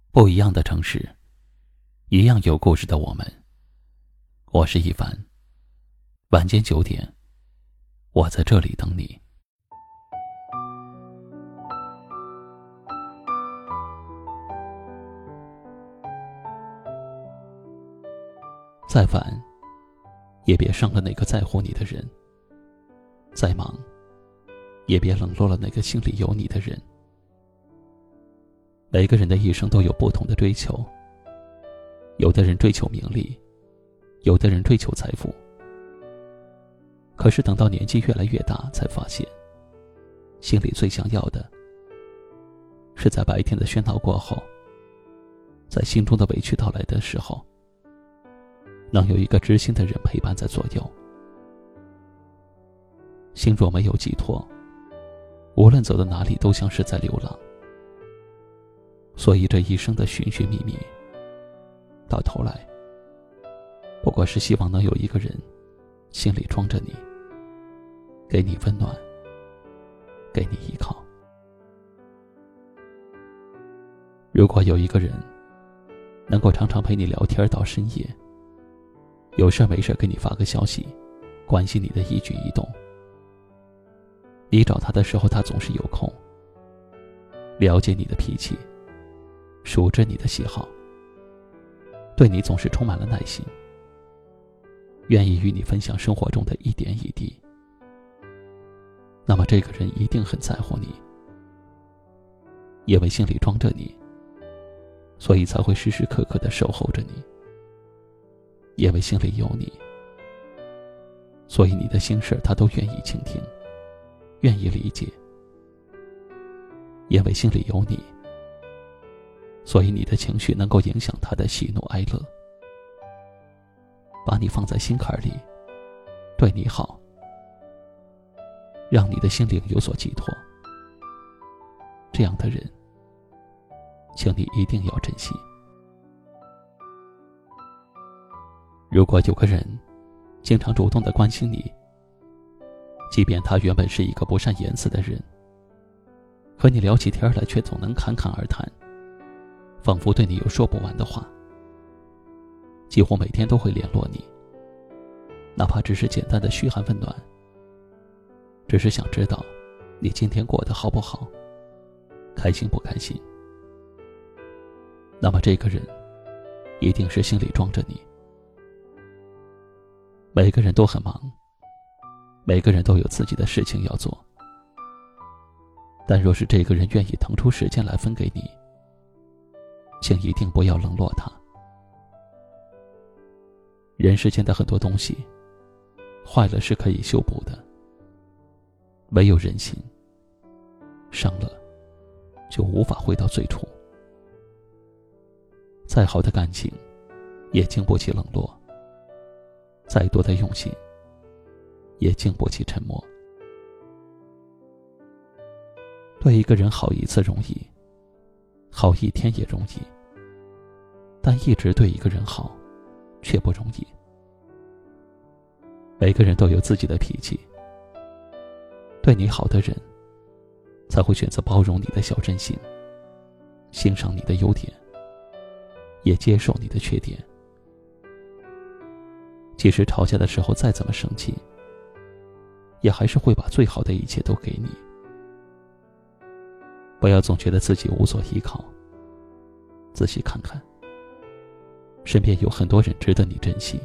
不一样的城市，一样有故事的我们。我是一凡，晚间9点，我在这里等你。再烦，也别伤了那个在乎你的人；再忙，也别冷落了那个心里有你的人。每个人的一生都有不同的追求，有的人追求名利，有的人追求财富。可是等到年纪越来越大，才发现心里最想要的是在白天的喧闹过后，在心中的委屈到来的时候，能有一个知心的人陪伴在左右。心若没有寄托，无论走到哪里都像是在流浪。所以这一生的寻寻觅觅，到头来不过是希望能有一个人心里装着你，给你温暖，给你依靠。如果有一个人能够常常陪你聊天到深夜，有事没事给你发个消息，关心你的一举一动，你找他的时候他总是有空，了解你的脾气，熟知你的喜好，对你总是充满了耐心，愿意与你分享生活中的一点一滴，那么这个人一定很在乎你。因为心里装着你，所以才会时时刻刻地守候着你。因为心里有你，所以你的心事他都愿意倾听，愿意理解。因为心里有你，所以你的情绪能够影响他的喜怒哀乐，把你放在心坎里，对你好，让你的心灵有所寄托。这样的人，请你一定要珍惜。如果有个人经常主动地关心你，即便他原本是一个不善言辞的人，和你聊起天来却总能侃侃而谈，仿佛对你有说不完的话，几乎每天都会联络你，哪怕只是简单的嘘寒问暖，只是想知道你今天过得好不好，开心不开心。那么这个人一定是心里装着你。每个人都很忙，每个人都有自己的事情要做，但若是这个人愿意腾出时间来分给你，请一定不要冷落他。人世间的很多东西，坏了是可以修补的，唯有人心，伤了就无法回到最初。再好的感情，也经不起冷落；再多的用心，也经不起沉默。对一个人好一次容易，好一天也容易，但一直对一个人好却不容易。每个人都有自己的脾气，对你好的人才会选择包容你的小真心，欣赏你的优点，也接受你的缺点。即使吵架的时候再怎么生气，也还是会把最好的一切都给你。不要总觉得自己无所依靠，仔细看看，身边有很多人值得你珍惜。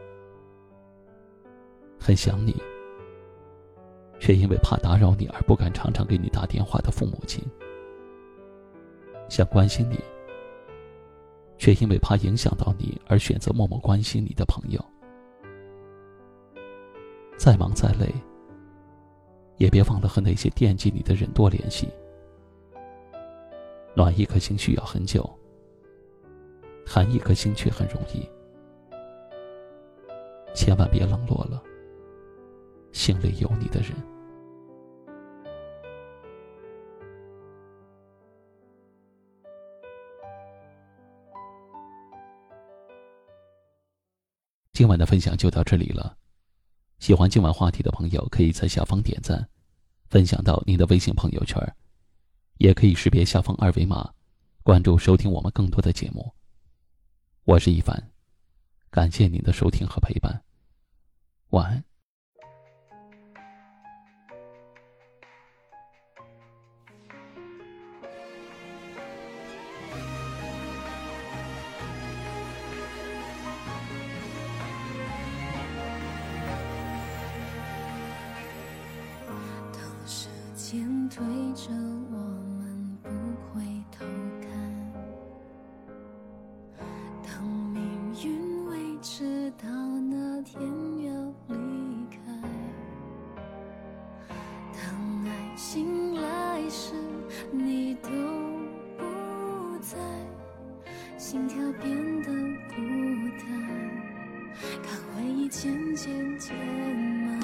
很想你，却因为怕打扰你而不敢常常给你打电话的父母亲；想关心你，却因为怕影响到你而选择默默关心你的朋友。再忙再累，也别忘了和那些惦记你的人多联系。暖一颗心需要很久，寒一颗心却很容易。千万别冷落了心里有你的人。今晚的分享就到这里了。喜欢今晚话题的朋友，可以在下方点赞，分享到您的微信朋友圈，也可以识别下方二维码， 关注收听我们更多的节目。我是一凡，感谢您的收听和陪伴，晚安。 当时间推着我们不回头看，当命运未知到那天要离开，当爱醒来时你都不在，心跳变得孤单，看回忆渐渐渐满，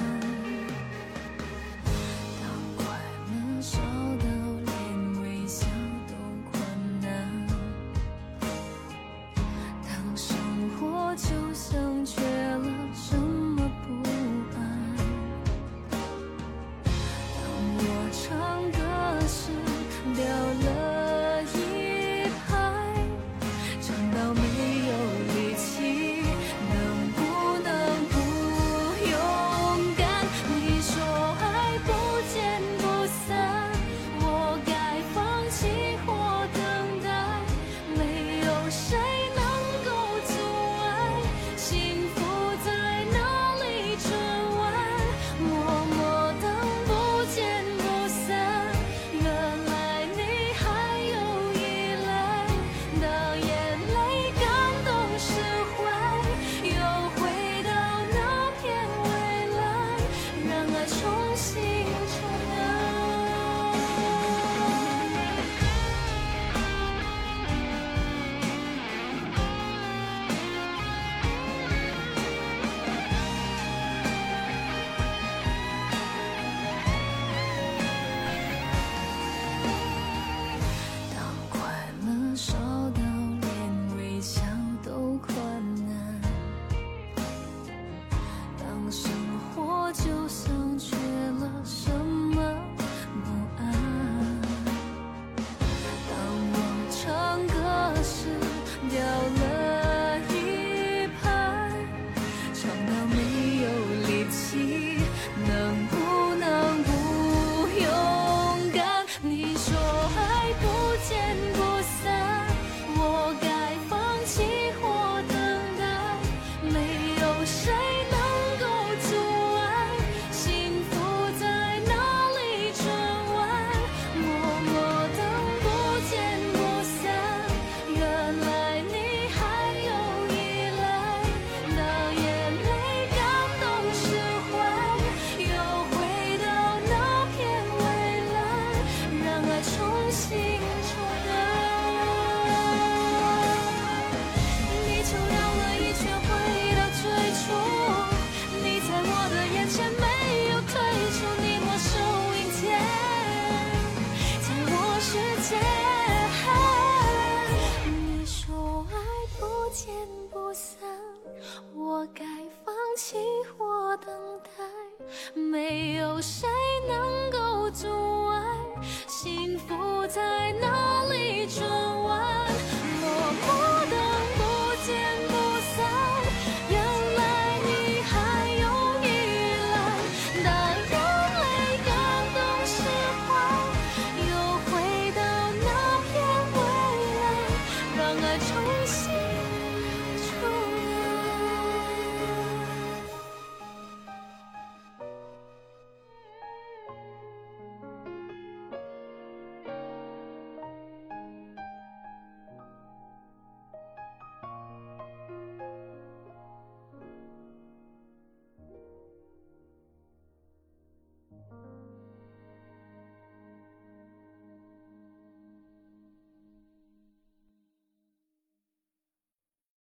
烧到连微笑都困难，当生活就像缺了什么不安，当我唱歌时掉了一拍，唱到没有力气，能不能不勇敢？你说爱不见不散，我该放弃或等待，没有谁能够阻碍，幸福在哪里转弯，默默等不见不散，原来你还有依赖，当眼泪感动释怀，又回到那片蔚蓝，让爱重新重来。当快乐烧到连微笑都困难，当生活就像缺了什么不安，当我唱歌时掉了一拍，唱到没有力气，能不能不勇敢？你说爱不见不散，我该放弃或等待，没有谁能够阻碍，幸福在哪里转弯，默默等不见不散，原来你还有依赖，当眼泪感动释怀，又回到那片蔚蓝，让爱重新重来。你就绕了一圈回到最初，你在我的眼前没有退出，你没收阴天，在我世界。你说爱不见不散，我该放弃或等待，没有谁能够阻碍，幸福在哪里转弯，默默等不见不散，原来你还有依赖，当眼泪感动释怀，又回到那片蔚蓝，让爱重